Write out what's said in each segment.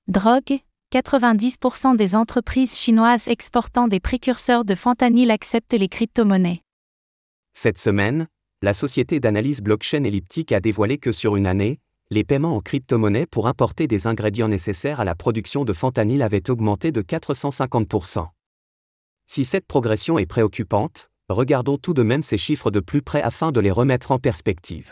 Drogue, 90% des entreprises chinoises exportant des précurseurs de fentanyl acceptent les crypto-monnaies. Cette semaine, la société d'analyse blockchain Elliptic a dévoilé que sur une année, les paiements en crypto-monnaie pour importer des ingrédients nécessaires à la production de fentanyl avaient augmenté de 450%. Si cette progression est préoccupante, regardons tout de même ces chiffres de plus près afin de les remettre en perspective.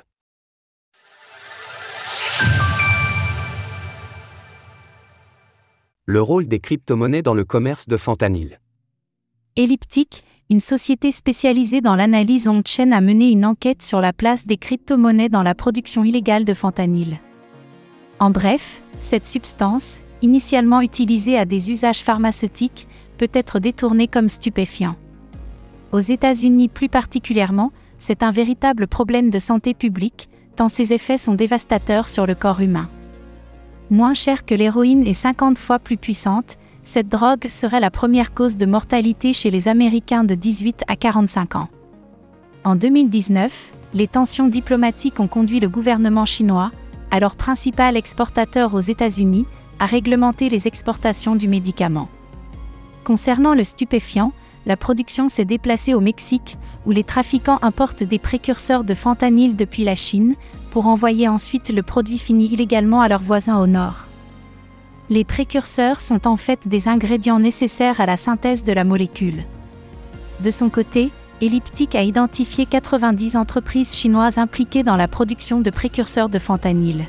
Le rôle des crypto-monnaies dans le commerce de fentanyl. Elliptic, une société spécialisée dans l'analyse on-chain, a mené une enquête sur la place des crypto-monnaies dans la production illégale de fentanyl. En bref, cette substance, initialement utilisée à des usages pharmaceutiques, peut être détournée comme stupéfiant. Aux États-Unis plus particulièrement, c'est un véritable problème de santé publique, tant ses effets sont dévastateurs sur le corps humain. Moins chère que l'héroïne et 50 fois plus puissante, cette drogue serait la première cause de mortalité chez les Américains de 18 à 45 ans. En 2019, les tensions diplomatiques ont conduit le gouvernement chinois, alors principal exportateur aux États-Unis, à réglementer les exportations du médicament. Concernant le stupéfiant, la production s'est déplacée au Mexique, où les trafiquants importent des précurseurs de fentanyl depuis la Chine, pour envoyer ensuite le produit fini illégalement à leurs voisins au nord. Les précurseurs sont en fait des ingrédients nécessaires à la synthèse de la molécule. De son côté, Elliptic a identifié 90 entreprises chinoises impliquées dans la production de précurseurs de fentanyl.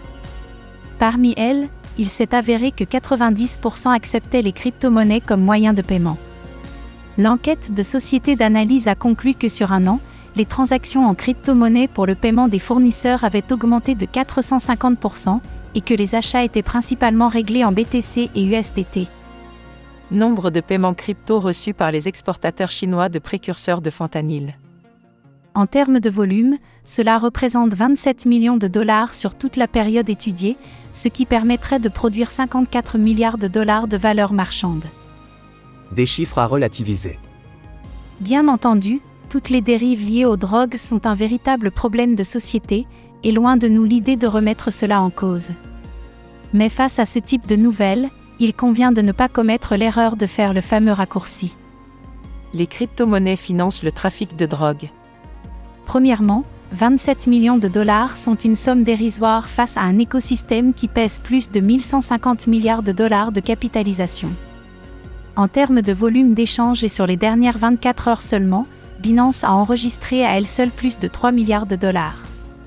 Parmi elles, il s'est avéré que 90% acceptaient les crypto-monnaies comme moyen de paiement. L'enquête de société d'analyse a conclu que sur un an, les transactions en crypto-monnaie pour le paiement des fournisseurs avaient augmenté de 450% et que les achats étaient principalement réglés en BTC et USDT. Nombre de paiements crypto reçus par les exportateurs chinois de précurseurs de fentanyl. En termes de volume, cela représente 27 millions de dollars sur toute la période étudiée, ce qui permettrait de produire 54 milliards de dollars de valeur marchande. Des chiffres à relativiser. Bien entendu, toutes les dérives liées aux drogues sont un véritable problème de société, et loin de nous l'idée de remettre cela en cause. Mais face à ce type de nouvelles, il convient de ne pas commettre l'erreur de faire le fameux raccourci. Les crypto-monnaies financent le trafic de drogue. Premièrement, 27 millions de dollars sont une somme dérisoire face à un écosystème qui pèse plus de 1150 milliards de dollars de capitalisation. En termes de volume d'échange et sur les dernières 24 heures seulement, Binance a enregistré à elle seule plus de 3 milliards de dollars.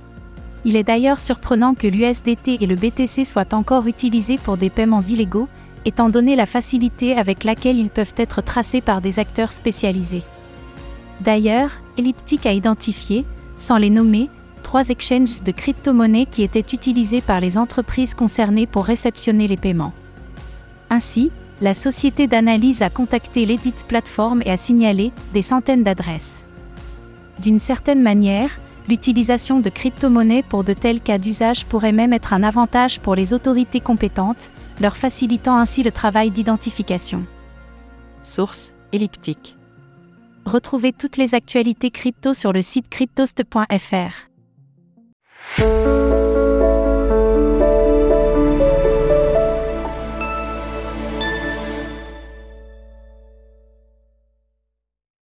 Il est d'ailleurs surprenant que l'USDT et le BTC soient encore utilisés pour des paiements illégaux, étant donné la facilité avec laquelle ils peuvent être tracés par des acteurs spécialisés. D'ailleurs, Elliptic a identifié, sans les nommer, 3 exchanges de crypto-monnaies qui étaient utilisés par les entreprises concernées pour réceptionner les paiements. Ainsi, la société d'analyse a contacté l'Edit Platform et a signalé des centaines d'adresses. D'une certaine manière, l'utilisation de crypto-monnaies pour de tels cas d'usage pourrait même être un avantage pour les autorités compétentes, leur facilitant ainsi le travail d'identification. Source: Elliptic. Retrouvez toutes les actualités crypto sur le site cryptost.fr.